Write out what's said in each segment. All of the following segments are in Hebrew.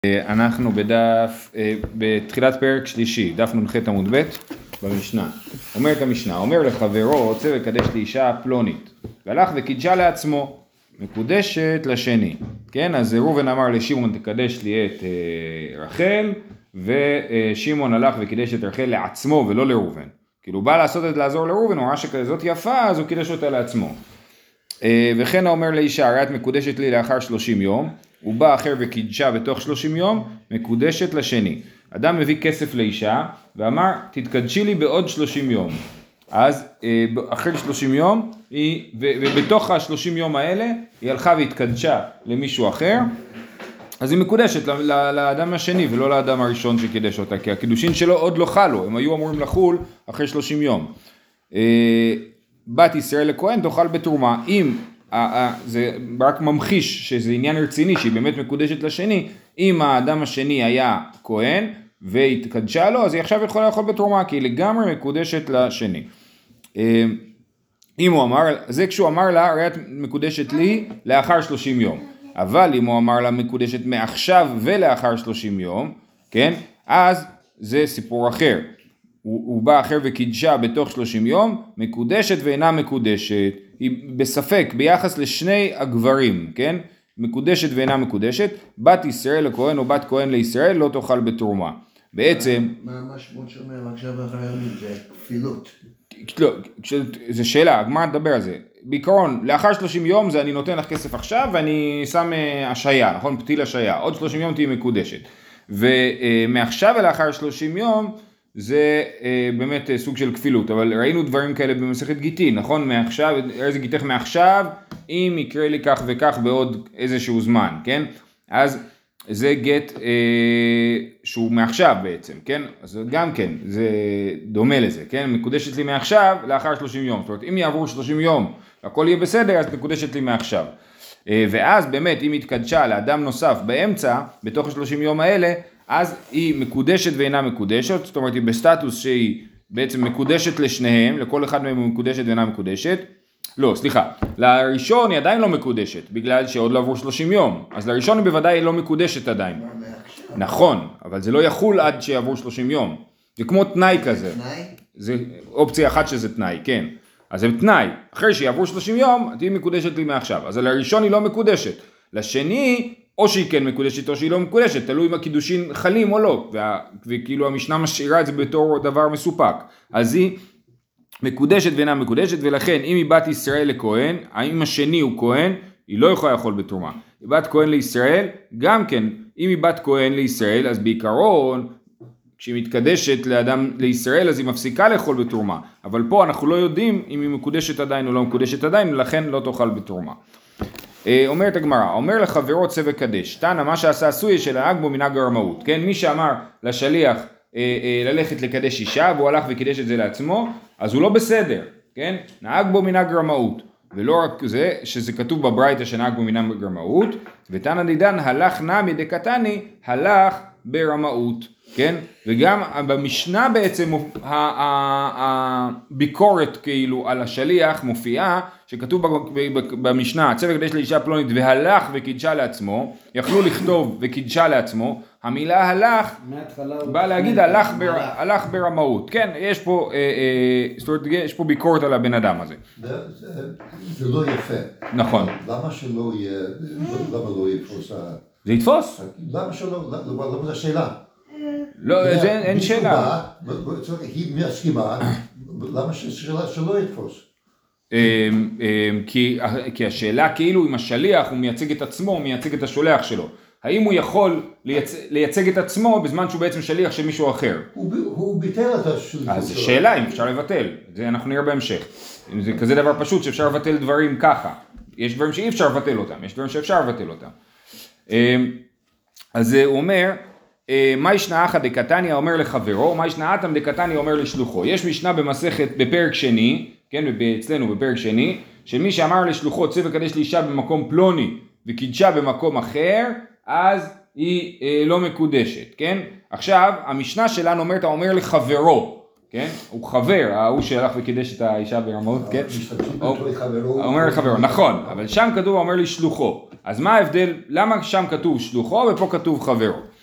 אנחנו בתחילת פרק שלישי, דף נ"ח עמוד ב' במשנה. אומרת המשנה, אומר לחברו רוצה לקדש לאישה פלונית, והלך וקידשה לעצמו, מקודשת לשני. כן, אז ראובן אמר לשמעון תקדש לי את רחל, ושמעון הלך וקידש את רחל לעצמו ולא לראובן. כאילו הוא בא לעשות את לעזור לראובן, הוא ראה שכזאת יפה, אז הוא קידש אותה לעצמו. וכן אומר לאישה, הרי את מקודשת לי לאחר 30 יום, הוא בא אחר וקידשה בתוך 30 יום, מקודשת לשני. אדם מביא כסף לאישה, ואמר, תתקדשי לי בעוד 30 יום. אז אחרי 30 יום, ובתוך ה-30 יום האלה, היא הלכה והתקדשה למישהו אחר, אז היא מקודשת לאדם השני, ולא לאדם הראשון שקידש אותה, כי הקידושין שלו עוד לא חלו, הם היו אמורים לחול אחרי 30 יום. בת ישראל לכהן תאכל בתרומה, אם זה רק ממחיש שזה עניין רציני שהיא באמת מקודשת לשני, אם האדם השני היה כהן והתקדשה לו, אז היא עכשיו יכולה לאכול בתרומה, כי היא לגמרי מקודשת לשני. אם הוא אמר, זה כשהוא אמר לה, הרי את מקודשת לי לאחר 30 יום, אבל אם הוא אמר לה מקודשת מעכשיו ולאחר 30 יום, כן, אז זה סיפור אחר. הוא בא אחר וקידשה בתוך 30 יום, מקודשת ואינה מקודשת, היא בספק ביחס לשני הגברים, כן? מקודשת ואינה מקודשת, בת ישראל לכהן או בת כהן לישראל לא תאכל בתרומה. בעצם... מה המשמעות שאומר עכשיו אחרי זה? כפילות. לא, זה שאלה, הגמרא תדבר על זה. בעיקרון, לאחר 30 יום זה אני נותן לך כסף עכשיו ואני שם השעיה, נכון? פתיל השעיה, עוד 30 יום תהי מקודשת. ומעכשיו ולאחר 30 יום, זה באמת סוג של כפילות, אבל ראינו דברים כאלה במסכת גיטין, נכון? מעכשיו, איזה גיטך מעכשיו, אם יקרה לי כך וכך בעוד איזשהו זמן, כן? אז זה גט שהוא מעכשיו בעצם, כן? אז גם כן, זה דומה לזה, כן? מקודשת לי מעכשיו לאחר 30 יום, זאת אומרת, אם יעברו 30 יום, הכל יהיה בסדר, אז מקודשת לי מעכשיו. ואז באמת, אם התקדשה לאדם נוסף באמצע, בתוך ה-30 יום האלה, אז היא מקודשת ואינה מקודשת, זאת אומרת היא בסטטוס שהיא בעצם מקודשת לשניהם, לכל אחד מהם היא מקודשת ואינה מקודשת. לא, סליחה, לראשון היא עדיין לא מקודשת, בגלל שעוד לא עברו 30 יום, אז לראשון היא בוודאי לא מקודשת עדיין. נכון, אבל זה לא יחול עד שיעברו 30 יום, זה כמו תנאי כזה. תנאי? זה אופציה אחת שזה תנאי, כן. אז זה תנאי, אחרי שיעברו 30 יום, תהי מקודשת לי מעכשיו, אז לראשון היא לא מקודשת, לשני או שהיא כן מקודשת או שהיא לא מקודשת, תלוי אם הקידושין חלים או לא, וכאילו המשנה משאירה את זה בתור דבר מסופק, אז היא מקודשת ואינה מקודשת, ולכן אם היא בת ישראל לכהן, האם השני הוא כהן, היא לא יכולה לאכול בתרומה. היא בת כהן לישראל, גם כן, אם היא בת כהן לישראל, אז בעיקרון, כשהיא מתקדשת לאדם לישראל, אז היא מפסיקה לאכול בתרומה, אבל פה אנחנו לא יודעים אם היא מקודשת עדיין או לא מקודשת עדיין, ולכן לא תאכל בתרומה. אומרת הגמרא, אומר לחברו צא וקדש, תנא מה שעשה עשוי שנהג בו מנהג הרמאות, כן, מי שאמר לשליח ללכת לקדש אישה והוא הלך וקידש את זה לעצמו, אז הוא לא בסדר, כן, נהג בו מנהג רמאות, ולא רק זה, שזה כתוב בברייתא שנהג בו מנהג רמאות, ותנא דידן הלך נמי דקתני, הלך ברמאות, כן, וגם במשנה בעצם הביקורת כאילו על השליח מופיעה, שכתוב במשנה, צא וקדש לאישה פלונית והלך וקידשה לעצמו, יכלו לכתוב וקידשה לעצמו, המילה הלך בא להגיד הלך ברמאות, כן, יש פה, יש פה ביקורת על הבן אדם הזה. זה לא יפה. נכון. למה שלא יהיה, למה לא יתפוס? זה יתפוס? למה שלא, למה זה שאלה? לא, אין שאלה. היא מסכימה, למה שלא יתפוס? כי השאלה כאילו אם השליח הוא מייצג את עצמו, הוא מייצג את השולח שלו. האם הוא יכול לייצג את עצמו בזמן שהוא בעצם שליח של מישהו אחר? הוא ביטל את השליח. אז שאלה אם אפשר לבטל, זה אנחנו נראה בהמשך. זה כזה דבר פשוט שאפשר לבטל דברים ככה. יש דברים שאי אפשר לבטל אותם, יש דברים שאפשר לבטל אותם. אז הוא אומר, מה ישנה אחא דקתניא אומר לחברו, מה ישנה אתם דקתניא אומר לשלוחו. יש משנה במסכת בפרק שני, כן, אצלנו בפרק שני, שמי שאמר לשלוחו צא וקדש לאישה במקום פלוני וקידשה במקום אחר, אז היא לא מקודשת, כן? עכשיו, המשנה שלנו אומרת, אומר לחברו, כן? הוא חבר, הוא שהלך וקידש את האישה ברמאות, כן? אומר לחברו, נכון, אבל שם כתוב אומר לשלוחו. אז מה ההבדל, למה שם כתוב שלוחו ופה כתוב חברו?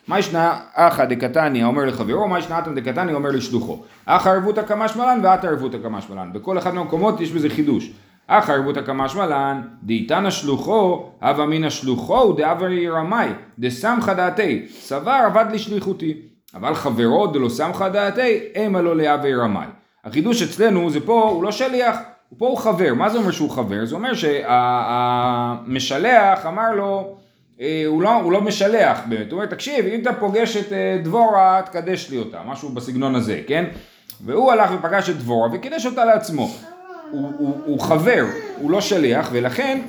מה ישנה אחא דקתניא אומר לחברו, מה ישנה אתם דקתניא אומר לשלוחו. אחא ערבותא כמשמע לן ואתא ערבותא כמשמע לן. בכל אחד מהמקומות יש בזה חידוש. אחא ערבותא כמשמע לן, דאיתנא שלוחו, הווה אמינא שלוחו דהווה רמאי, דסמכא דעתי, סבר עבד לשליחותי. אבל חברו דלא סמכא דעתי, אימה לא להווה רמאי. החידוש אצלנו זה פה, הוא לא שליח, פה הוא חבר. מה זה אומר שהוא חבר? זה אומר שהמשלח אמר לו, הוא לא משלח באמת, הוא אומר תקשיב, אם אתה פוגש את דבורה תקדש לי אותה, משהו בסגנון הזה, כן? והוא הלך ופגש את דבורה וקידש אותה לעצמו. הוא חבר, הוא לא שליח, ולכן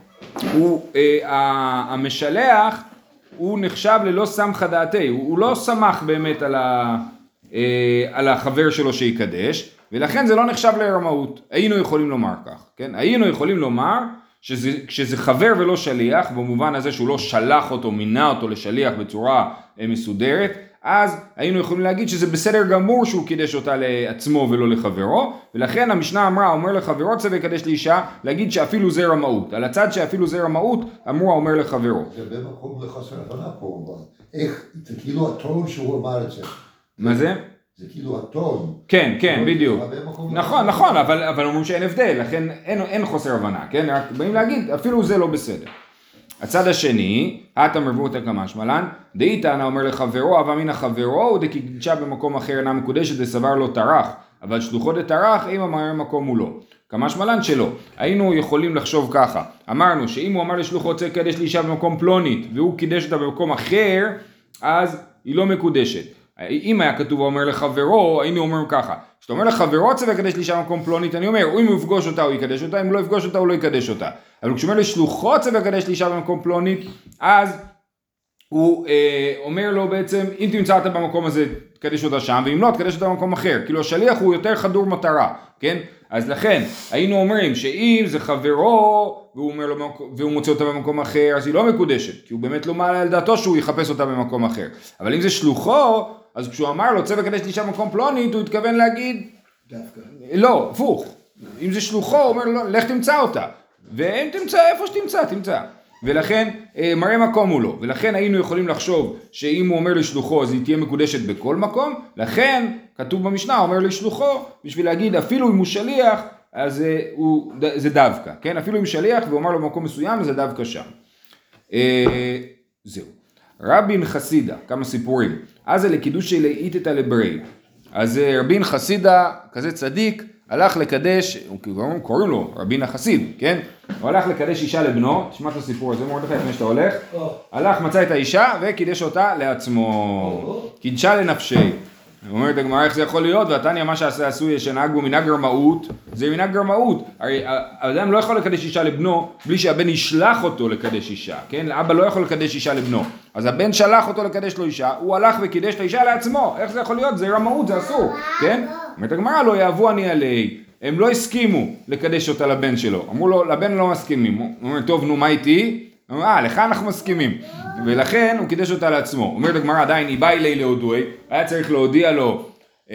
המשלח הוא נחשב ללא סמכא דעתי, הוא לא סמך באמת על החבר שלו שיקדש, ולכן זה לא נחשב לרמאות. היינו יכולים לומר כך, כן? היינו יכולים לומר כשזה חבר ולא שליח, במובן הזה שהוא לא שלח אותו, מינה אותו לשליח בצורה מסודרת, אז היינו יכולים להגיד שזה בסדר גמור שהוא קידש אותה לעצמו ולא לחברו, ולכן המשנה אמרה, אומר לחברו צווה יקדש לאישה, להגיד שאפילו זה רמאות. על הצד שאפילו זה רמאות, אמרו אומר לחברו. זה במקום לחוסר הבנה פה, איך, זה כאילו הטון שהוא אמר את זה. מה זה? זה כאילו הטון. כן, כן, בדיוק. נכון, נכון, אבל אומרים שאין הבדל, לכן אין חוסר הבנה, כן? רק באים להגיד, אפילו זה לא בסדר. הצד השני, הטא ערבותא כמשמע לן, דאיתנא אומר לחברו, הווה אמינא חברו, ודקידשה במקום אחר אינה מקודשת דסבר לא טרח, אבל שלוחו דטרח, אם אמר מקום הוא לא. כמשמע לן שלא. היינו יכולים לחשוב ככה, אמרנו שאם הוא אמר לשלוחו רוצה לקדש לאישה במקום פלונית, והוא קידש אותה במקום אחר, אז היא לא מקודשת. אם היה כתוב אומר לחברו, היינו אומרים ככה, כשאתה אומר לחברו צווה יקדש לאישה במקום פלונית, אני אומר, אם הוא יפגוש אותה הוא יקדש אותה, אם לא יפגוש אותה הוא לא יקדש אותה. אבל כשאומר לשלוחו צווה יקדש לאישה במקום פלונית, אז הוא אומר לו בעצם, אם תמצא אותה במקום הזה, תקדש אותה שם, ואם לא, תקדש אותה במקום אחר. כאילו השליח הוא יותר חדור מטרה, כן? אז לכן, היינו אומרים שאם זה חברו, והוא מוצא אותה במקום אחר, אז היא לא מקודשת, כי הוא באמת לא מעלה על דעתו שהוא יחפש אותה במקום אחר. אבל אם זה שלוחו, אז כשהוא אמר לו, צווה יקדש לאישה במקום פלונית, הוא התכוון להגיד, דווקא. לא, הפוך. אם זה שלוחו, הוא אומר לו, לך תמצא אותה. ואם תמצא, איפה שתמצא, תמצא. ולכן, מראה מקום הוא לא. ולכן היינו יכולים לחשוב שאם הוא אומר לשלוחו, אז היא תהיה מקודשת בכל מקום. לכן, כתוב במשנה, הוא אומר לשלוחו, בשביל להגיד, אפילו אם הוא שליח, אז זה דווקא. כן? אפילו אם שליח, והוא אומר לו במקום מסוים, זה דווקא שם. זהו. רבין חסידה, כמה סיפורים. אז זה לקידוש של איתתא לברי. אז רבין חסידה, כזה צדיק, הלך לקדש, קוראים לו רבין החסיד, כן? הוא הלך לקדש אישה לבנו, תשמע את הסיפור הזה, מרדכי, לפני שאתה הולך. הלך, מצא את האישה וקידש אותה לעצמו. קידשה לנפשי. אומרת הגמרא, איך זה יכול להיות? והתניא מה שעשו שנהג בו מנהג רמאות, זה מנהג רמאות. הרי האדם לא יכול לקדש אישה לבנו בלי שהבן ישלח אותו לקדש אישה, כן? אבא לא יכול לקדש אישה לבנו. אז הבן שלח אותו לקדש לו אישה, הוא הלך וקידש את האישה לעצמו. איך זה יכול להיות? זה רמאות, זה אסור, כן? אומרת הגמרא, לא יאהבו אני עלי. הם לא הסכימו לקדש אותה לבן שלו. אמרו לו, לבן לא מסכימים. הוא אומר, טוב, נו, מה איתי? הוא אומר, לך אנחנו מסכימים. ולכן הוא קידש אותה לעצמו. אומרת הגמרא, עדיין, היא באה אלי להודוי, היה צריך להודיע לו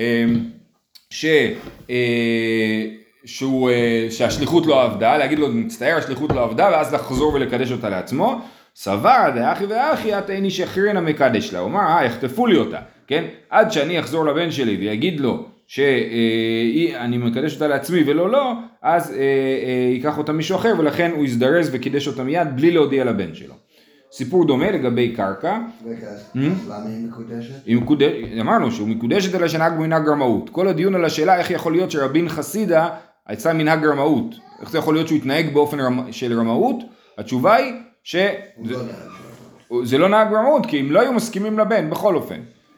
שהשליחות לא עבדה, להגיד לו, מצטער, השליחות לא עבדה, ואז לחזור ולקדש אותה לעצמו. סבר, דאחי ואחי, את איני שחרין המקדש לה. הוא אומר, יחטפו לי אותה, כן? עד שאני אחזור לבן שלי ויגיד לו, שאני מקדש אותה לעצמי ולא לא, אז ייקח אותה מישהו אחר, ולכן הוא יזדרז וקידש אותה מיד בלי להודיע לבן שלו. סיפור דומה לגבי קרקע. רגע, למה היא מקודשת? אמרנו שהוא מקודשת אלא שנהג מנהג רמאות. כל הדיון על השאלה איך יכול להיות שרבין חסידה יצא מנהג רמאות. איך זה יכול להיות שהוא יתנהג באופן של רמאות? התשובה היא שזה לא נהג רמאות, כי אם לא היו מסכימים לבן, בכל אופן.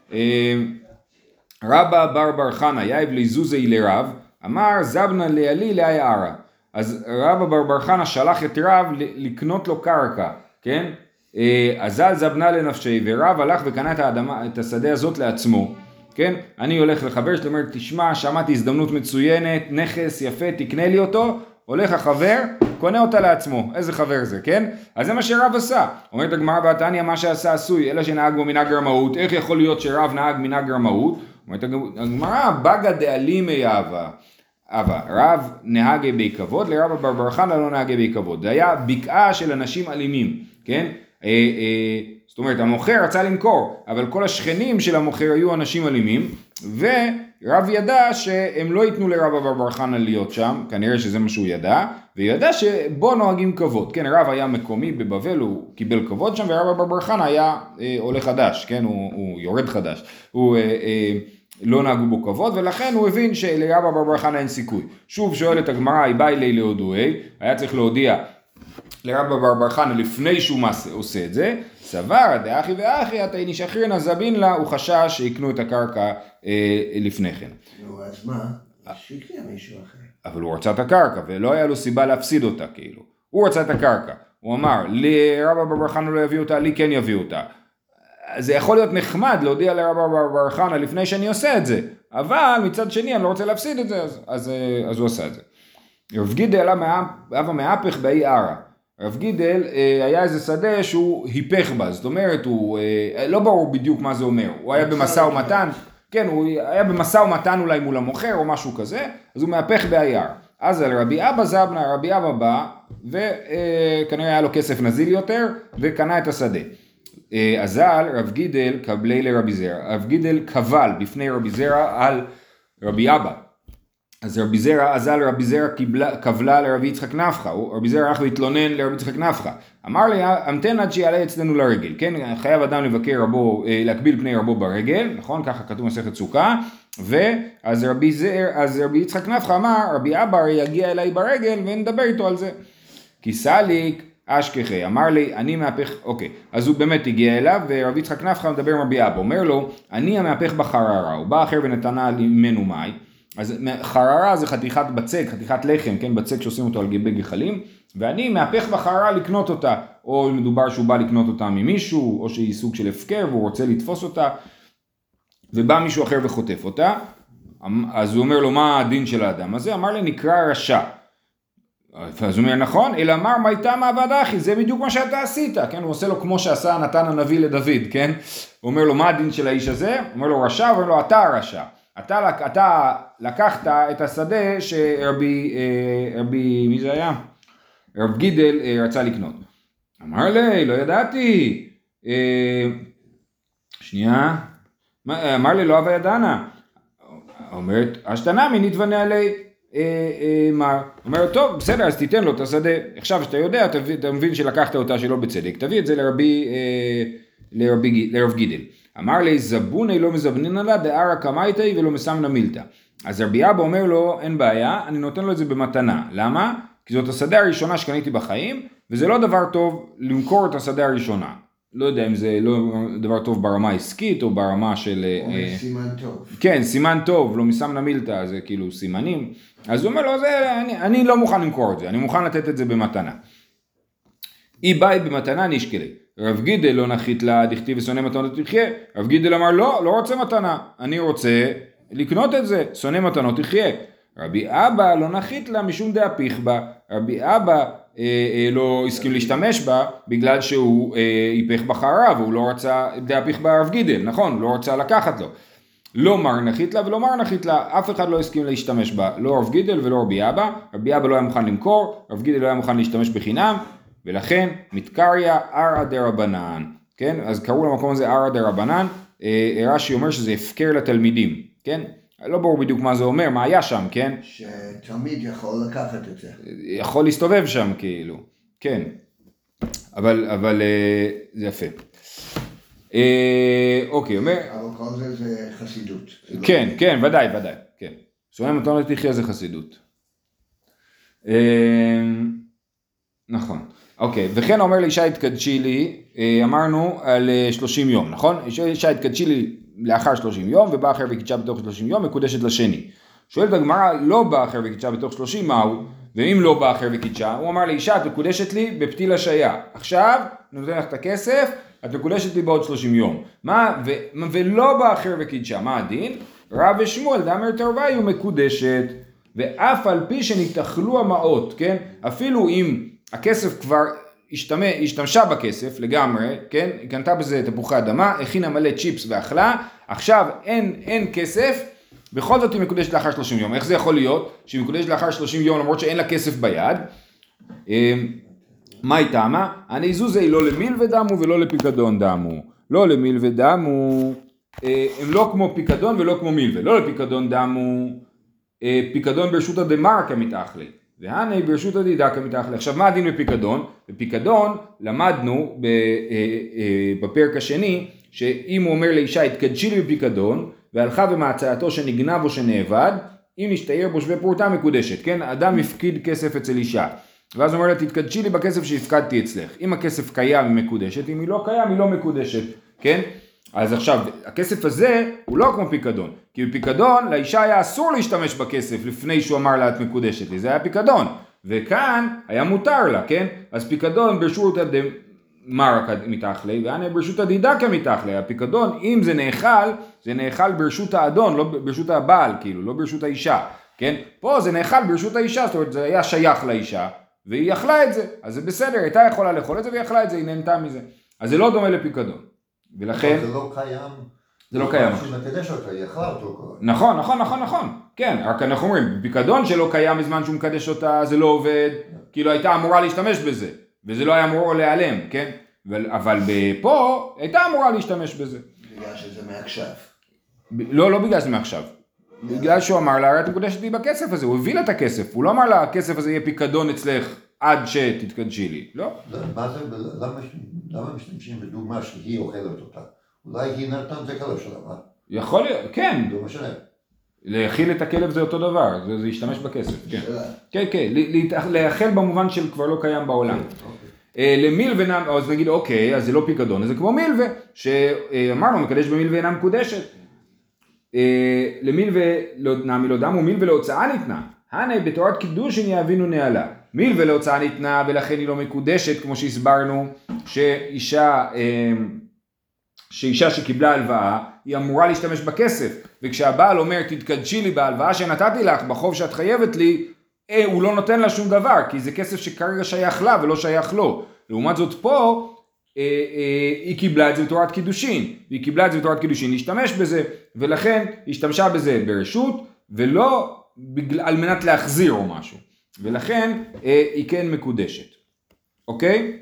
רבא בר חנא יאיב לזוזי לרב, אמר זבנה לילי להיערה. אז רבא בר חנא שלח את רב לקנות לו קרקע, כן? אזל זבנה לנפשי, ורב הלך וקנה את השדה הזאת לעצמו, כן? אני הולך לחבר שלי, אומר, תשמע, שמעתי הזדמנות מצוינת, נכס יפה, תקנה לי אותו, הולך החבר, קונה אותה לעצמו. איזה חבר זה, כן? אז זה מה שרב עשה. אומרת הגמרא בתניא, מה שעשה עשוי, אלא שנהג בו מנהג רמאות. איך יכול להיות שרב נהג מנהג רמאות? אומרת הגמרא, בגא דאלימי אהבה. רב נהג בי כבוד, לרב בר חנא לא נהג בי כבוד. זה היה בקעה של אנשים אלימים, כן? זאת אומרת, המוכר רצה למכור, אבל כל השכנים של המוכר היו אנשים אלימים, ורב ידע שהם לא ייתנו לרב אבר בר חנא להיות שם, כנראה שזה מה שהוא ידע, וידע שבו נוהגים כבוד, כן, רב היה מקומי בבבל, הוא קיבל כבוד שם, ורב אבר בר חנא היה עולה חדש, כן, הוא יורד חדש, הוא לא נהגו בו כבוד, ולכן הוא הבין שלרב אבר בר חנא אין סיכוי. שוב שואלת הגמרא, היא באי לי להודועי, היה צריך להודיע לרב אבר בר חנא לפני שהוא עושה את זה, סבר, דאחי ואחי, אתה נשחרין הזבין לה, הוא חשש שיקנו את הקרקע לפני כן. נו, אז מה? שיקנה מישהו אחר. אבל הוא רצה את הקרקע, ולא היה לו סיבה להפסיד אותה, כאילו. הוא רצה את הקרקע. הוא אמר, לרב אבר בר חנא לא יביא אותה, לי כן יביא אותה. זה יכול להיות נחמד להודיע לרב אבר בר חנא לפני שאני עושה את זה, אבל מצד שני אני לא רוצה להפסיד את זה, אז הוא עשה את זה. רב גידל אב המהפך באי ערה. רב גידל היה איזה שדה שהוא היפך בה, זאת אומרת, הוא לא ברור בדיוק מה זה אומר, הוא היה במשא ומתן, כן, הוא היה במשא ומתן אולי מול המוכר או משהו כזה, אז הוא מהפך באי ערה. אז על רבי אבא זבנה, רבי אבא בא, וכנראה היה לו כסף נזיל יותר, וקנה את השדה. אזל רב גידל קבלי לרבי זרע, רב גידל קבל בפני רבי זרע על רבי אבא, אז רבי זרע, אזל רבי זרע קבלה לרבי יצחק נפחא, רבי זרע הלך להתלונן לרבי יצחק נפחא, אמר לי, המתן עד שיעלה אצלנו לרגל, כן, חייב אדם לבקר רבו, להקביל פני רבו ברגל, נכון, ככה כתוב מסכת סוכה, ואז רבי יצחק נפחא אמר, רבי אבא יגיע אליי ברגל ונדבר איתו על זה, כי סליק, אשכחי, אמר לי, אני מהפך, אוקיי, אז הוא באמת הגיע אליו, ורבי יצחק נפחא מדבר עם רבי אבא, אומר לו, אני המהפך בחררה, הוא בא אחר ונתנה ממנו מי, אז חררה זה חתיכת בצק, חתיכת לחם, כן, בצק שעושים אותו על גבי גחלים, ואני מהפך בחררה לקנות אותה, או מדובר שהוא בא לקנות אותה ממישהו, או שהיא סוג של הפקר, והוא רוצה לתפוס אותה, ובא מישהו אחר וחוטף אותה, אז הוא אומר לו, מה הדין של האדם הזה? אמר לי, נקרא רשע. אז הוא אומר, נכון, אלא אמר, מה הייתה מעבדה אחי, זה בדיוק מה שאתה עשית, כן, הוא עושה לו כמו שעשה נתן הנביא לדוד, כן, הוא אומר לו, מה הדין של האיש הזה? הוא אומר לו, רשע, הוא אומר לו, אתה הרשע, אתה לקחת את השדה שרבי, מי זה היה? רב גידל רצה לקנות. אמר לי, לא ידעתי, שנייה, אמר לי, לא אבא ידענה, אומרת, השתנה מי נתבנה עלי, מה? אומר, טוב, בסדר, אז תיתן לו את השדה. עכשיו שאתה יודע, אתה מבין שלקחת אותה שלא בצדק, תביא את זה לרב גידל. אמר לי, זבוני לא מזבנין עלה, דארה קמייתי ולא מסמנה מילתא. אז רבי אבא אומר לו, אין בעיה, אני נותן לו את זה במתנה. למה? כי זאת השדה הראשונה שקניתי בחיים, וזה לא דבר טוב למכור את השדה הראשונה. לא יודע אם זה לא דבר טוב ברמה עסקית או ברמה של... סימן טוב. כן, סימן טוב, לא מסמנה מילתא, זה כאילו סימנים. אז הוא אומר לו, אני לא מוכן למכור את זה, אני מוכן לתת את זה במתנה. אי באי במתנה נשקלי. רב גידל לא נחית לה, דכתיב ושונא מתנות תחיה. רב גידל אמר, לא רוצה מתנה, אני רוצה לקנות את זה, שונא מתנות תחיה. רבי אבא לא נחית לה משום דאפיך בה. רבי אבא לא הסכים להשתמש בה בגלל שהוא היפך בחרה והוא לא רצה דאפיך בה רב גידל, נכון? הוא לא רצה לקחת לו. לא מר נחית לה ולא מר נחית לה, אף אחד לא הסכים להשתמש בה, לא רב גידל ולא רבי אבא. רבי אבא לא היה מוכן למכור, רב גידל לא היה מוכן להשתמש בחינם, ולכן מתקריה ערא דרבנן, כן? אז קראו למקום הזה ערא דרבנן, רש"י אומר שזה הפקר לתלמידים, כן? לא ברור בדיוק מה זה אומר, מה היה שם, כן? שתלמיד יכול לקחת את זה. יכול להסתובב שם כאילו, כן. אבל זה יפה. אוקיי, אומר... אבל כל זה חסידות. כן, כן, ודאי, כן. שונא מתנות תחיה זה חסידות. נכון. אוקיי, וכן אומר לאישה התקדשי לי, אמרנו על 30 יום, נכון? אישה התקדשי לי לאחר 30 יום, ובא אחר וקידשה בתוך 30 יום, מקודשת לשני. שואלת הגמרא, לא בא אחר וקידשה בתוך 30, מהו? ואם לא בא אחר וקידשה, הוא אמר לאישה, את מקודשת לי בפתיל השעיה. עכשיו, אני נותן לך את הכסף, את מקודשת לי בעוד 30 יום. ולא בא אחר וקידשה, מה הדין? רב ושמואל, דאמר תרווה, הוא מקודשת, ואף על פי שנתאכלו המעות, כן? אפילו אם הכסף כבר השתמשה בכסף לגמרי, כן? היא קנתה בזה תפוחי אדמה, הכינה מלא צ'יפס ואכלה, עכשיו אין כסף, בכל זאת היא מקודשת לאחר 30 יום. איך זה יכול להיות? שהיא מקודשת לאחר 30 יום למרות שאין לה כסף ביד? מה היא טעמה? הנזוזי לא למילווה דמו ולא לפיקדון דמו. לא למילווה דמו, הם לא כמו פיקדון ולא כמו מילווה. לא לפיקדון דמו, פיקדון ברשותא דמרקא מתאכלי. והנה ברשותא דידקא מתאכלי. עכשיו מה הדין בפיקדון? בפיקדון למדנו בפרק השני, שאם הוא אומר לאישה התקדשי לי בפיקדון, והלכה במעצרתו שנגנב או שנאבד, אם נשתעיר בו שווה פרוטה מקודשת, כן? אדם הפקיד כסף אצל אישה. ואז הוא אומר לה, תתקדשי לי בכסף שהפקדתי אצלך. אם הכסף קיים, היא מקודשת, אם היא לא קיים, היא לא מקודשת, כן? אז עכשיו, הכסף הזה הוא לא כמו פיקדון, כי בפיקדון לאישה היה אסור להשתמש בכסף לפני שהוא אמר לה, את מקודשת לי, זה היה פיקדון, וכאן היה מותר לה, כן? אז פיקדון ברשותא דמרקא מתאכלי, והנה ברשותא דידקא מתאכלי. הפיקדון, אם זה נאכל ברשות האדון, לא ברשות הבעל, כאילו, לא ברשות האישה, כן? פה זה נאכל ברשות האישה, זאת אומרת, זה היה שייך לאישה, והיא אכלה את זה, אז זה בסדר, הייתה יכולה לאכול את זה, והיא אכלה את זה, היא נהנתה מזה. אז זה לא דומה לפיקדון. ולכן... זה לא קיים. זה לא קיים. כשהיא מקדש אותו, היא אכלה אותו. נכון. כן, רק אנחנו אומרים, פיקדון שלא קיים בזמן שהוא מקדש אותה, זה לא עובד, כאילו הייתה אמורה להשתמש בזה, וזה לא היה אמור להיעלם, כן? אבל פה הייתה אמורה להשתמש בזה. בגלל שזה מעכשיו. לא בגלל שזה מעכשיו. בגלל שהוא אמר לה, את מקודשת לי בכסף הזה, הוא הביא לה את הכסף, הוא לא אמר לה, הכסף הזה יהיה פיקדון אצלך עד שתתקדשי לי, לא? למה משתמשים בדוגמה שהיא אוכלת אותה? אולי היא נתן את הכלב שלה, מה? יכול להיות, כן. זה משנה. להאכיל את הכלב זה אותו דבר, זה להשתמש בכסף, כן. כן, להאכיל במובן של כבר לא קיים בעולם. למילווה, אז נגיד אוקיי, אז זה לא פיקדון, זה כמו מילווה, שאמרנו, מקדש במילווה אינה מקודשת. למילווה נעמי לא דם ומילווה להוצאה ניתנה. הנה בתורת קידושין יאבינו נעלה. מילווה להוצאה ניתנה ולכן היא לא מקודשת, כמו שהסברנו, שאישה שקיבלה הלוואה, היא אמורה להשתמש בכסף. וכשהבעל אומר תתקדשי לי בהלוואה שנתתי לך, בחוב שאת חייבת לי, הוא לא נותן לה שום דבר, כי זה כסף שכרגע שייך לה ולא שייך לו. לעומת זאת פה, היא קיבלה את זה בתורת קידושין, והיא קיבלה את זה בתורת קידושין להשתמש בזה, ולכן היא השתמשה בזה ברשות, ולא על מנת להחזיר או משהו, ולכן היא כן מקודשת, אוקיי?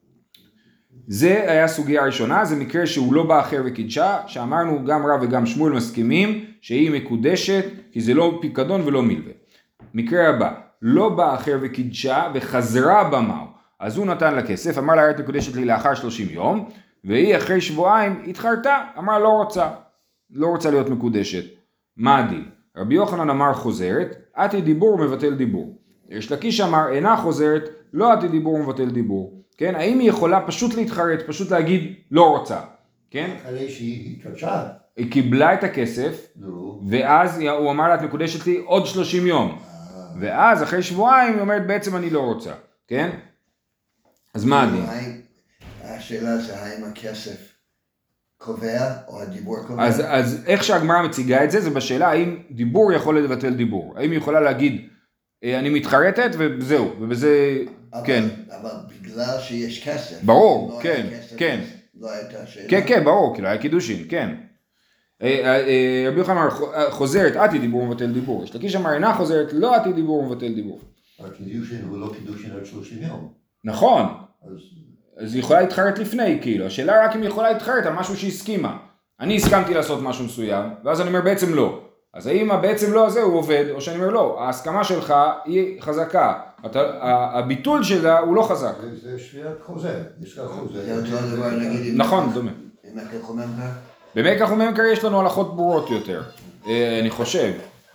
זה היה סוגיה ראשונה, זה מקרה שהוא לא בא אחר וקידשה, שאמרנו גם רב וגם שמואל מסכימים שהיא מקודשת, כי זה לא פיקדון ולא מילווה. מקרה הבא, לא בא אחר וקידשה וחזרה במאו, אז הוא נתן לה כסף, אמר לה, את מקודשת לי לאחר 30 יום, והיא אחרי שבועיים התחרטה, אמרה לא רוצה להיות מקודשת. מה הדין? רבי יוחנן אמר חוזרת, עתי דיבור מבטל דיבור. יש לקיש אמר, אינה חוזרת, לא עתי דיבור מבטל דיבור. כן? האם היא יכולה פשוט להתחרט, פשוט להגיד לא רוצה? כן? אחרי שהיא התקדשה. היא קיבלה את הכסף, ואז הוא אמר לה, את מקודשת לי עוד 30 יום. ואז אחרי שבועיים היא אומרת, בעצם אני לא רוצה. כן? אז מה הדין? השאלה זה האם הכסף קובע או הדיבור קובע? אז איך שהגמרא מציגה את זה, זה בשאלה האם דיבור יכול לבטל דיבור. האם היא יכולה להגיד, אני מתחרטת וזהו, ובזה, כן. אבל בגלל שיש כסף. ברור, כן, כן. לא הייתה שאלה. כן, כן, ברור, כאילו היה קידושין, כן. רבי יוחנן אמר, חוזרת, עתי דיבור מבטל דיבור. יש לקיש אמר, אינה חוזרת, לא עתי דיבור מבטל דיבור. הקידושין הוא לא קידושין עד 30 יום. נכון. אז היא יכולה להתחרט לפני, כאילו. השאלה רק אם היא יכולה להתחרט על משהו שהסכימה. אני הסכמתי לעשות משהו מסוים, ואז אני אומר בעצם לא. אז האם בעצם לא הזה הוא עובד, או שאני אומר לא, ההסכמה שלך היא חזקה. הביטול שלה הוא לא חזק. זה שביעת חוזה, יש לך חוזה. זה אותו דבר נגיד. נכון, דומה. עם מקח וממכר? במקח וממכר יש לנו הלכות ברורות יותר, אני חושב.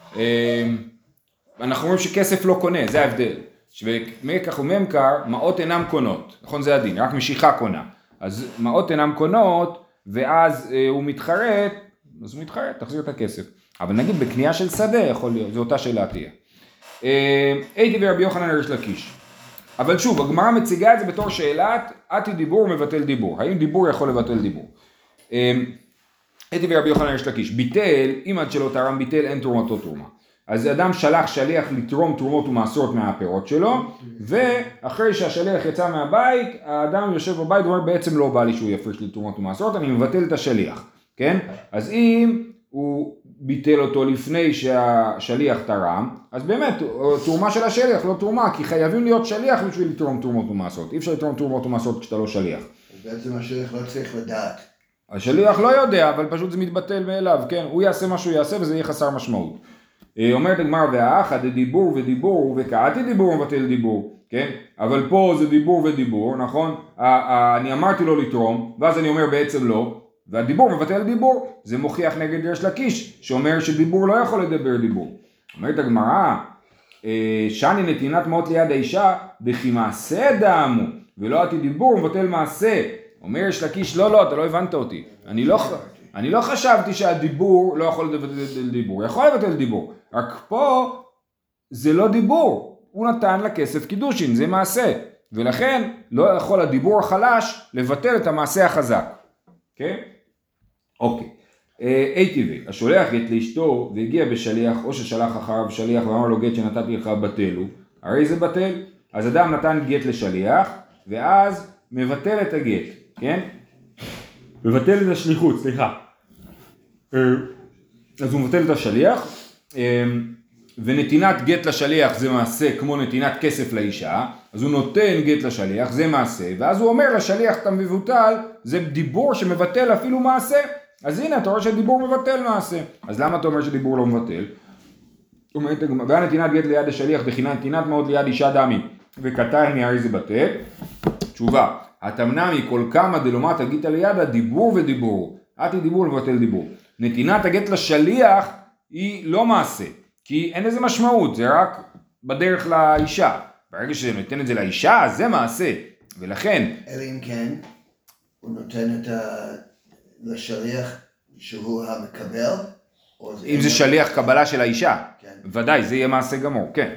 אנחנו אומרים שכסף לא קונה, זה ההבדל. שבמקח וממכר, מעות אינם קונות, נכון זה הדין, רק משיכה קונה. אז מעות אינם קונות, ואז הוא מתחרט, אז הוא מתחרט, תחזיר את הכסף. אבל נגיד בקנייה של שדה יכול להיות, זו אותה שאלה תהיה. הייתי ורבי יוחנן ריש לקיש. אבל שוב, הגמרא מציגה את זה בתור שאלת, עתי דיבור מבטל דיבור. האם דיבור יכול לבטל דיבור? הייתי ורבי יוחנן ריש לקיש. ביטל, אם עד שלא תרם ביטל, אין תרומתו תרומה. אז אדם שלח שליח לתרום תרומות ומעשרות מהפירות שלו, ואחרי שהשליח יצא מהבית, האדם יושב בבית ואומר, בעצם לא בא לי שהוא יפריש לי תרומות ומעשרות, אני מבטל את השליח. כן? אז אם הוא ביטל אותו לפני שהשליח תרם, אז באמת תרומה של השליח לא תרומה, כי חייבים להיות שליח בשביל לתרום תרומות ומעשרות. אי אפשר לתרום תרומות ומעשרות כשאתה לא שליח. בעצם השליח לא צריך לדעת. השליח לא יודע, אבל פשוט זה מתבטל מאליו, כן? הוא יעשה מה שהוא יעשה וזה יהיה חסר משמעות. אומרת הגמרא והאחד דיבור ודיבור וקעתי דיבור ומבטל דיבור, כן? אבל פה זה דיבור ודיבור, נכון? אני אמרתי לו לתרום, ואז אני אומר בעצם לא, והדיבור מבטל דיבור, זה מוכיח נגד ריש לקיש, שאומר שדיבור לא יכול לדבר דיבור. אומרת הגמרא, שאני נתינת מות ליד האישה, בכי מעשה דאמו, ולא עתי דיבור מבטל מעשה. אומר ריש לקיש, לא, אתה לא הבנת אותי. אני לא חשבתי שהדיבור לא יכול לבטל דיבור, יכול לבטל דיבור, רק פה זה לא דיבור, הוא נתן לה כסף קידושין, זה מעשה, ולכן לא יכול הדיבור החלש לבטל את המעשה החזק. כן? אוקיי. טבעי, השולח גט לאשתו והגיע בשליח, או ששלח אחריו שליח ואמר לו גט שנתתי לך בטל הוא, הרי זה בטל. אז אדם נתן גט לשליח, ואז מבטל את הגט, כן? מבטל את השליחות, סליחה. אז הוא מבטל את השליח, ונתינת גט לשליח זה מעשה כמו נתינת כסף לאישה, אז הוא נותן גט לשליח, זה מעשה, ואז הוא אומר לשליח אתה מבוטל, זה דיבור שמבטל אפילו מעשה, אז הנה אתה רואה שדיבור מבטל מעשה, אז למה אתה אומר שדיבור לא מבטל? והנתינת גט ליד השליח בכינה נתינת מאוד ליד אישה דמי, וקטן מהרי זה בטל. תשובה, התמנה מכל כמה דלומת הגית ליד הדיבור ודיבור, עתי דיבור לבטל דיבור. נתינת הגט לשליח היא לא מעשה, כי אין לזה משמעות, זה רק בדרך לאישה. ברגע שנותן את זה לאישה, זה מעשה, ולכן... אלא אם כן, הוא נותן לשליח שהוא המקבל, אם זה שליח קבלה של האישה, כן. ודאי, זה יהיה מעשה גמור, כן.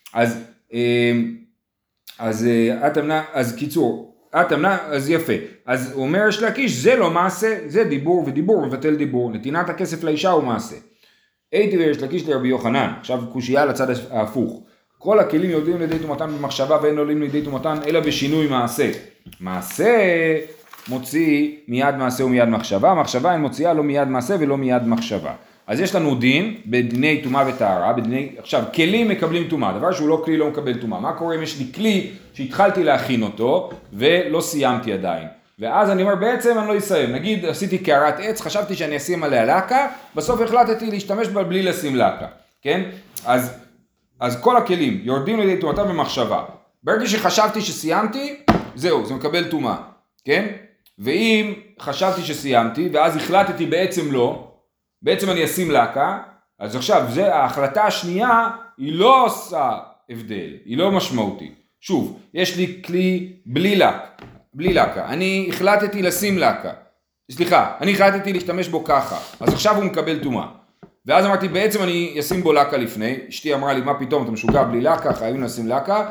אז קיצור, אז יפה. אז הוא אומר יש להקיש, זה לא מעשה, זה דיבור ודיבור, מבטל דיבור. נתינת הכסף לאישה הוא מעשה. הייתי ויש להקיש לרבי יוחנן, עכשיו קושייה לצד ההפוך. כל הכלים יודעים לידי תומתן במחשבה ואין עולים לידי תומתן אלא בשינוי מעשה. מעשה מוציא מיד מעשה ומיד מחשבה, מחשבה אין מוציאה לא מיד מעשה ולא מיד מחשבה. אז יש לנו דין בדיני תומה וטהרה, עכשיו כלים מקבלים תומה, דבר שהוא לא כלי לא מקבל תומה. מה קורה אם יש לי כלי שהתחלתי להכין אותו ולא סיימתי עדיין? ואז אני אומר בעצם אני לא אסיים, נגיד עשיתי קערת עץ, חשבתי שאני אשים עליה לקה, בסוף החלטתי להשתמש בה בלי לשים לקה, כן? אז כל הכלים יורדים לידי תומתם במחשבה, ברגע שחשבתי שסיימתי, זהו, זה מקבל תומה, כן? ואם חשבתי שסיימתי ואז החלטתי בעצם לא, בעצם אני אשים לקה, אז עכשיו ההחלטה השנייה היא לא עושה הבדל, היא לא משמעותית. שוב, יש לי כלי בלי לקה, אני החלטתי לשים לקה, אני החלטתי להשתמש בו ככה, אז עכשיו הוא מקבל תומה. ואז אמרתי בעצם אני אשים בו לקה לפני, אשתי אמרה לי מה פתאום אתה משוגע בלי לקה, חייבים לשים לקה,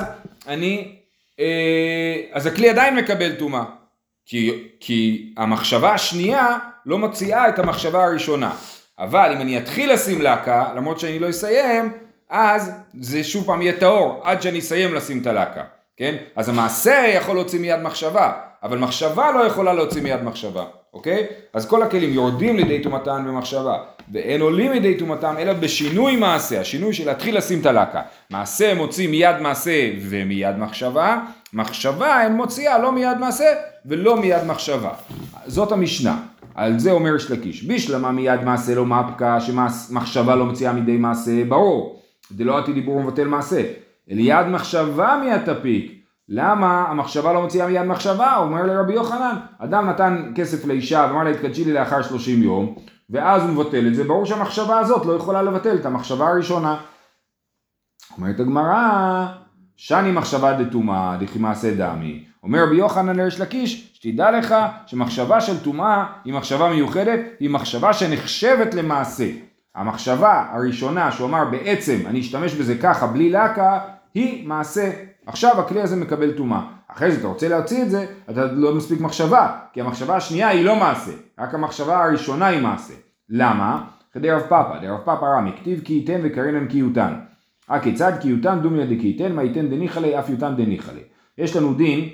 אז הכלי עדיין מקבל תומה. כי המחשבה השנייה לא מציעה את המחשבה הראשונה. אבל אם אני אתחיל לשים לקה, למרות שאני לא אסיים, אז זה שוב פעם יהיה טהור, עד שאני אסיים לשים את הלקה. כן? אז המעשה יכול להוציא מיד מחשבה, אבל מחשבה לא יכולה להוציא מיד מחשבה. אוקיי? אז כל הכלים יורדים לידי תומתן במחשבה, ואין עולים לידי תומתם, אלא בשינוי מעשה, השינוי של להתחיל לשים את הלקה. מעשה מוציא מיד מעשה ומיד מחשבה, מחשבה אין מוציאה לא מיד מעשה ולא מיד מחשבה. זאת המשנה, על זה אומר ריש לקיש, בשלמה מיד מעשה לא מפקה, שמחשבה לא מוציאה מידי מעשה, ברור, דלא עתי דיבור מבטל מעשה, אלא יד מחשבה מיד תפיק. למה המחשבה לא מוציאה מיד מחשבה? הוא אומר לרבי יוחנן, אדם נתן כסף לאישה ואמר לה התקדשי לי לאחר 30 יום, ואז הוא מבטל את זה, ברור שהמחשבה הזאת לא יכולה לבטל את המחשבה הראשונה. אומרת הגמרא, שאני מחשבה דתומה, דכי מעשה דמי. אומר רבי יוחנן לריש לקיש, שתדע לך שמחשבה של תומה היא מחשבה מיוחדת, היא מחשבה שנחשבת למעשה. המחשבה הראשונה שהוא אמר בעצם אני אשתמש בזה ככה בלי לקה, היא מעשה. עכשיו הכלי הזה מקבל תומה. אחרי זה אתה רוצה להוציא את זה, אתה לא מספיק מחשבה, כי המחשבה השנייה היא לא מעשה, רק המחשבה הראשונה היא מעשה. למה? כדי רב פאפא, דרב פאפא רמי, כתיב כי ייתן וקרינן כי יותן. כיצד כי יותן דומיה דכי ייתן, מה ייתן דניחא ליה, אף יותן דניחא ליה. יש לנו דין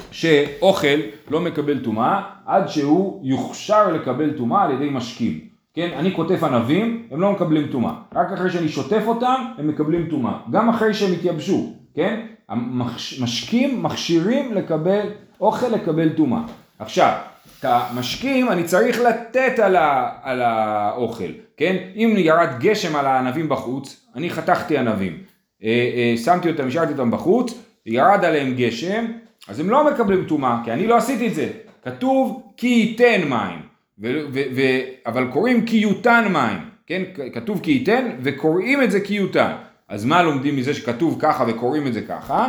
שאוכל לא מקבל תומה, עד שהוא יוכשר לקבל תומה על ידי משקים. כן, אני כותב ענבים, הם לא מקבלים טומאה. רק אחרי שאני שוטף אותם, הם מקבלים טומאה. גם אחרי שהם התייבשו, כן? המשקים מכשירים לקבל, אוכל לקבל טומאה. עכשיו, את המשקים אני צריך לתת על האוכל, כן? אם ירד גשם על הענבים בחוץ, אני חתכתי ענבים, שמתי אותם, השארתי אותם בחוץ, ירד עליהם גשם, אז הם לא מקבלים טומאה, כי אני לא עשיתי את זה. כתוב כי ייתן מים, אבל קוראים כי יותן מים, כן? כתוב כי ייתן וקוראים את זה כי יותן. אז מה לומדים מזה שכתוב ככה וקוראים את זה ככה?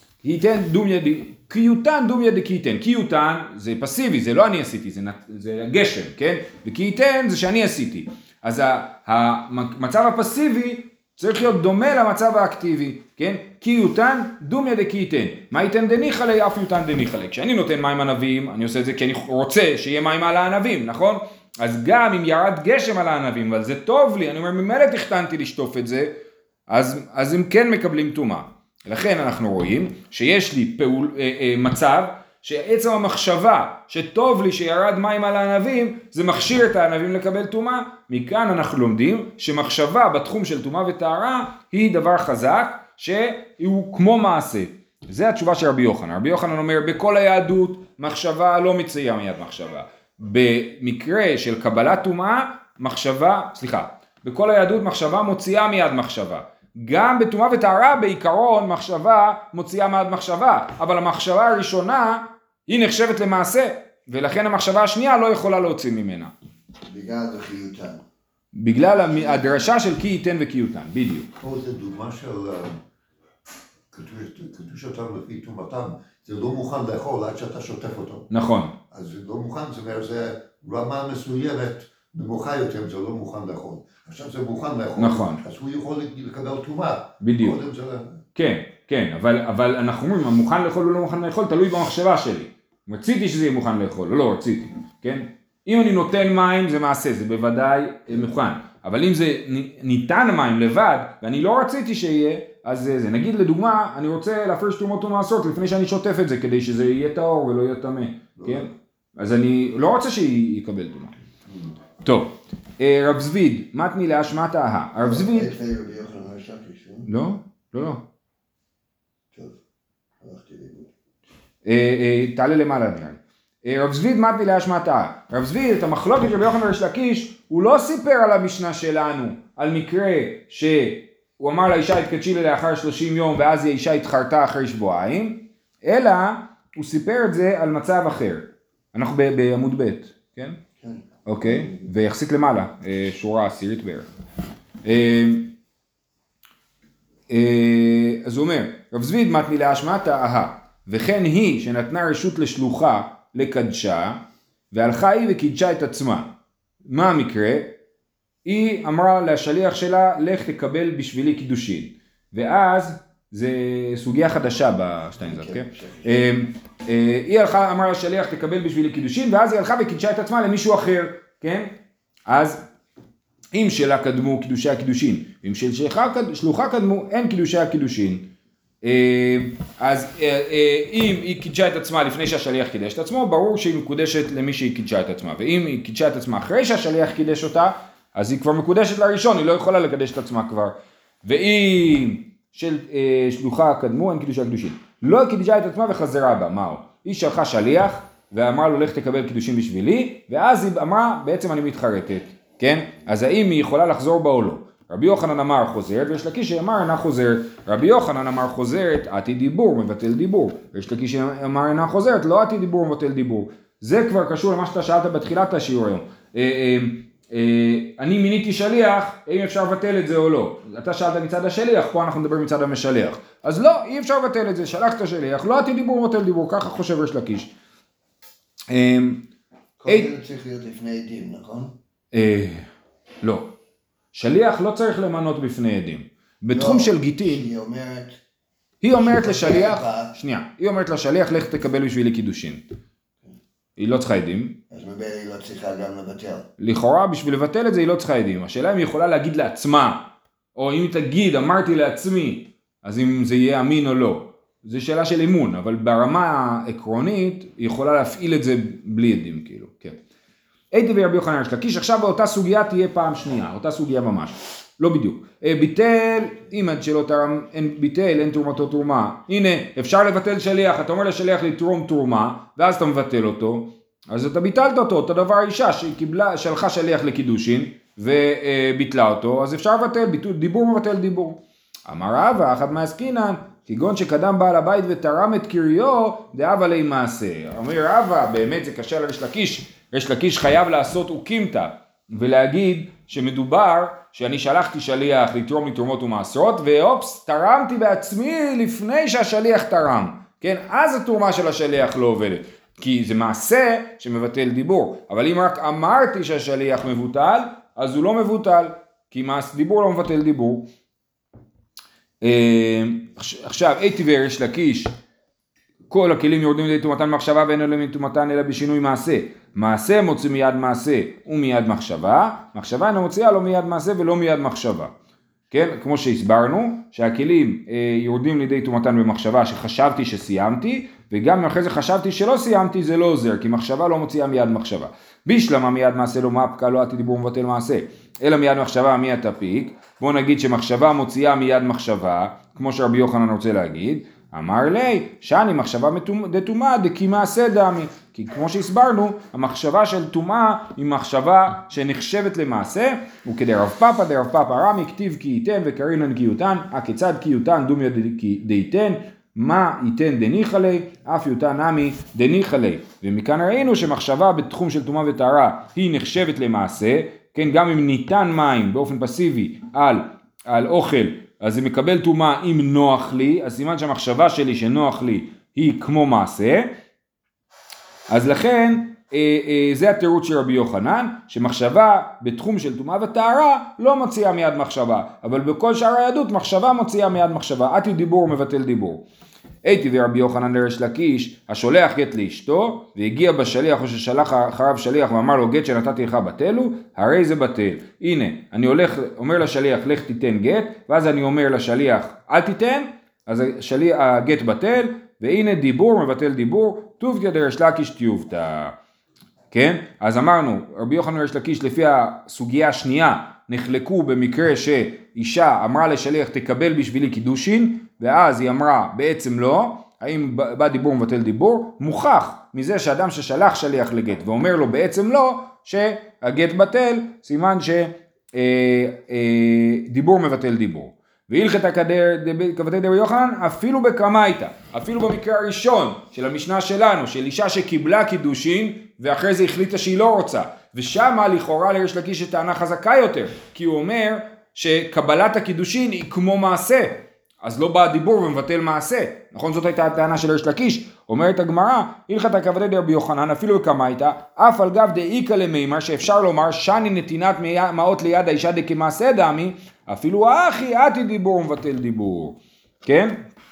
כי יותן דומיה דקי ייתן. כי יותן זה פסיבי, זה לא אני עשיתי, זה גשם, כן? וכי ייתן זה שאני עשיתי. אז המצב הפסיבי צריך להיות דומה למצב האקטיבי, כן? כי יותן דומיה דקי ייתן. מה ייתן דניחא ליה אף יותן דניחא ליה. כשאני נותן מים ענבים, אני עושה את זה כי אני רוצה שיהיה מים על הענבים, נכון? אז גם אם ירד גשם על הענבים, אבל זה טוב לי, אני אומר, ממילא תכננתי לשטוף את זה, אז הם כן מקבלים טומאה. לכן אנחנו רואים שיש לי מצב שעצם המחשבה שטוב לי שירד מים על הענבים, זה מכשיר את הענבים לקבל טומאה. מכאן אנחנו לומדים שמחשבה בתחום של טומאה וטהרה היא דבר חזק שהוא כמו מעשה. זה התשובה של רבי יוחנן. רבי יוחנן אומר בכל היהדות מחשבה לא מציעה מיד מחשבה. במקרה של קבלת טומאה בכל היהדות מחשבה מוציאה מיד מחשבה. גם בטומאה וטהרה בעיקרון מחשבה מוציאה מיד מחשבה, אבל המחשבה הראשונה היא נחשבת למעשה, ולכן המחשבה השנייה לא יכולה להוציא ממנה. בגלל דחיותן. בגלל הדרשה של כי ייתן וכי יותן, בדיוק. פה זה דוגמה של קדוש אותם לפי טומאתם, זה לא מוכן לאכול עד שאתה שוטף אותו. נכון. אז זה לא מוכן, זאת אומרת, זה רמה מסוימת, נמוכה יותר, זה לא מוכן לאכול. עכשיו זה מוכן לאכול, נכון. אז הוא יכול לקבל טומאה. בדיוק. כן, אבל אנחנו אומרים, מוכן לאכול או לא מוכן לאכול, תלוי במחשבה שלי. רציתי שזה יהיה מוכן לאכול, או לא רציתי, כן? אם אני נותן מים זה מעשה, זה בוודאי מוכן. אבל אם זה ניתן מים לבד, ואני לא רציתי שיהיה, אז זה. נגיד לדוגמה, אני רוצה להפריש תרומות ומעשרות לפני שאני שוטף את זה, כדי שזה יהיה טהור ולא יהיה טמא, כן? אז אני לא רוצה שיקבל תרומה. טוב, רב זביד, מתני להשמעת ההה. רב זביד... לא. טוב, הלכתי לאיבוד. תעלה למעלה נראה לי. רב זביד מתני להשמעת ההה. רב זביד, את המחלוקת של רבי יוחנן וריש לקיש, הוא לא סיפר על המשנה שלנו, על מקרה שהוא אמר לאישה התקדשי לי לאחר 30 יום, ואז האישה התחרתה אחרי שבועיים, אלא הוא סיפר את זה על מצב אחר. אנחנו בעמוד ב', כן? כן. אוקיי, ויחסית למעלה, שורה עשירית בערך. אז הוא אומר, רב זביד מתני להשמעת ההה, וכן היא שנתנה רשות לשלוחה לקדשה, והלכה היא וקידשה את עצמה. מה המקרה? היא אמרה לשליח שלה, לך תקבל בשבילי קידושין. ואז, זה סוגיה חדשה בשטיינזרט, כן? היא אמרה לשליח תקבל בשבילי קידושין, ואז היא הלכה וקידשה את עצמה למישהו אחר, כן? אז, אם שלה קדמו קידושי הקידושין, ואם של שלוחה קדמו, אין קידושי הקידושין. אז אם היא קידשה את עצמה לפני שהשליח קידש את עצמו, ברור שהיא מקודשת למי שהיא קידשה את עצמה. ואם היא קידשה את עצמה אחרי שהשליח קידש אותה, אז היא כבר מקודשת לראשון, היא לא יכולה לקדש את עצמה כבר. ואם של שלוחה קדמו, אין קידושי הקידושין. לא קידשה את עצמה וחזרה בה, מהו? היא שלחה שליח ואמרה לו לך תקבל קידושין בשבילי, ואז היא אמרה בעצם אני מתחרטת, כן? אז האם היא יכולה לחזור בה או לא? רבי יוחנן אמר חוזרת, ויש לקיש אמר אינה חוזרת. רבי יוחנן אמר חוזרת, עתי דיבור, מבטל דיבור. ויש לקיש אמר אינה חוזרת, לא עתי דיבור, מבטל דיבור. זה כבר קשור למה שאתה שאלת בתחילת השיעור היום. אני מיניתי שליח, האם אפשר לבטל את זה או לא? אתה שאלת מצד השליח, פה אנחנו מדברים מצד המשליח. אז לא, אי אפשר לבטל את זה, שלחת שליח, לא עתי דיבור, מבטל דיבור, ככה חושב יש לקיש. כל זה צריך להיות לפני עדים, נכון? לא. שליח לא צריך למנות בפני עדים. בתחום של גיטין, היא אומרת לשליח, היא אומרת לשליח, לך תקבל בשבילי קידושין. היא לא צריכה עדים. אז ממילא היא לא צריכה גם לבטל. לכאורה, בשביל לבטל את זה היא לא צריכה עדים. השאלה אם היא יכולה להגיד לעצמה, או אם היא תגיד, אמרתי לעצמי, אז אם זה יהיה אמין או לא. זו שאלה של אמון, אבל ברמה העקרונית, היא יכולה להפעיל את זה בלי עדים, כאילו, כן. הייתי ורבי יוחנן ריש לקיש, עכשיו באותה סוגיה תהיה פעם שנייה, אותה סוגיה ממש, לא בדיוק. ביטל, אם עד שלא תרם, ביטל, אין תרומתו תרומה. הנה, אפשר לבטל שליח, אתה אומר לשליח לתרום תרומה, ואז אתה מבטל אותו, אז אתה ביטלת אותו, אותו דבר אישה שקיבלה, שלחה שליח לקידושין, וביטלה אותו, אז אפשר לבטל, דיבור מבטל דיבור. אמר רבא, אחת מעסקינן, כגון שקדם בעל הבית ותרם את קריו, דאב עלי מעשה. אומר רבא, באמת זה קשה לריש לקיש, ריש לקיש חייב לעשות אוקימתא, ולהגיד שמדובר שאני שלחתי שליח לתרום לתרומות ומעשרות, ואופס, תרמתי בעצמי לפני שהשליח תרם. כן, אז התרומה של השליח לא עובדת, כי זה מעשה שמבטל דיבור. אבל אם רק אמרתי שהשליח מבוטל, אז הוא לא מבוטל, כי דיבור לא מבטל דיבור. עכשיו, הייתי וריש לקיש, כל הכלים יורדים לידי תרומתן מחשבה ואין עליהם תרומתן אלא בשינוי מעשה. מעשה מוציא מיד מעשה ומיד מחשבה, מחשבה אינה מוציאה לא מיד מעשה ולא מיד מחשבה. כן, כמו שהסברנו, שהכלים יורדים לידי תרומתן במחשבה שחשבתי שסיימתי, וגם אחרי זה חשבתי שלא סיימתי, זה לא עוזר, כי מחשבה לא מוציאה מיד מחשבה. בישלמה מיד מעשה לא מפקה, לא עתי דיבור מבטל מעשה, אלא מיד מחשבה מיד תפיק. בוא נגיד שמחשבה מוציאה מיד מחשבה, כמו שרבי יוחנן רוצה להגיד, אמר לי, שאני מחשבה דתומה דקי מעשה דמי, כי כמו שהסברנו, המחשבה של תומה היא מחשבה שנחשבת למעשה, וכדי רב פאפא דרב פאפא רמי, כתיב כי ייתן וקרינן כי יותן, הכיצד כי יותן דומיה דייתן, מה ייתן דניחא לי, אף יותן נמי דניחא לי. ומכאן ראינו שמחשבה בתחום של תומה וטהרה היא נחשבת למעשה, כן, גם אם ניתן מים באופן פסיבי על אוכל, אז זה מקבל תומה אם נוח לי, אז סימן שהמחשבה שלי שנוח לי היא כמו מעשה, אז לכן זה התירוץ של רבי יוחנן, שמחשבה בתחום של תומה וטהרה לא מוציאה מיד מחשבה, אבל בכל שאר היהדות מחשבה מוציאה מיד מחשבה, עתי דיבור מבטל דיבור. הייתי ורבי יוחנן לריש לקיש, השולח גט לאשתו, והגיע בשליח או ששלח אחריו שליח ואמר לו גט שנתתי לך בטלו, הרי זה בטל. הנה, אני אומר לשליח לך תיתן גט, ואז אני אומר לשליח אל תיתן, אז הגט בטל, והנה דיבור מבטל דיבור, טובתא דריש לקיש טיובתא. כן? אז אמרנו, רבי יוחנן לריש לקיש לפי הסוגיה השנייה, נחלקו במקרה שאישה אמרה לשליח תקבל בשבילי קידושין, ואז היא אמרה בעצם לא, האם בא דיבור מבטל דיבור? מוכח מזה שאדם ששלח שליח לגט ואומר לו בעצם לא, שהגט בטל, סימן שדיבור מבטל דיבור. והלכתא כבתי דרבי יוחנן אפילו בקמייתא, אפילו במקרה הראשון של המשנה שלנו, של אישה שקיבלה קידושין ואחרי זה החליטה שהיא לא רוצה, ושמה לכאורה לריש לקיש טענה חזקה יותר, כי הוא אומר שקבלת הקידושין היא כמו מעשה, אז לא בא דיבור ומבטל מעשה, נכון? זאת הייתה הטענה של ריש לקיש. אומרת הגמרא, הלכתא כבתי דרבי יוחנן אפילו בקמייתא, אף על גב דאיכא למימר, שאפשר לומר שאני נתינת מעות ליד האישה דכמעשה דמי, אפילו האחי עתי דיבור ומבטל דיבור. כן?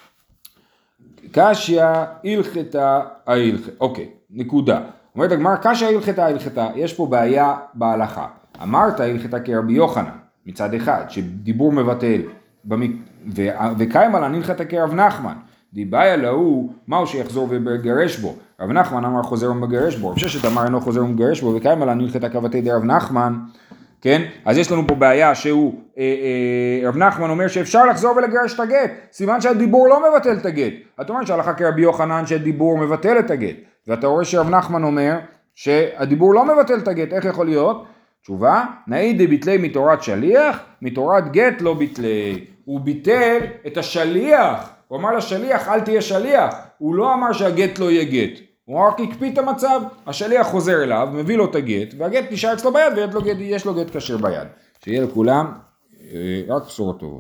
קשיא הלכתא ההלכתא. אוקיי, נקודה. אומרת הגמרא, קשיא הלכתא ההלכתא, יש פה בעיה בהלכה. אמרת הלכתא כרבי יוחנן, מצד אחד, שדיבור מבטל, וקיים על הלכתא כרב נחמן, דיבאי להוא, מהו שיחזור ובגרש בו. רב נחמן אמר חוזר ומגרש בו, רב ששת אמר אינו חוזר ומגרש בו, וקיים על הלכתא כבתי דרב נחמן. כן? אז יש לנו פה בעיה שהוא, רב נחמן אומר שאפשר לחזור ולגרש את הגט, סימן שהדיבור לא מבטל את הגט. אתה אומר שהלכה כרבי יוחנן שהדיבור מבטל את הגט, ואתה רואה שרב נחמן אומר שהדיבור לא מבטל את הגט, איך יכול להיות? תשובה, נאי דביטלי מתורת שליח, מתורת גט לא ביטלי. הוא ביטל את השליח, הוא אמר לשליח אל תהיה שליח, הוא לא אמר שהגט לא יהיה גט. הוא רק הקפיא את המצב, השליח חוזר אליו, מביא לו את הגט, והגט נשאר אצלו ביד, ויש לו גט כשר ביד. שיהיה לכולם רק בשורות טובות.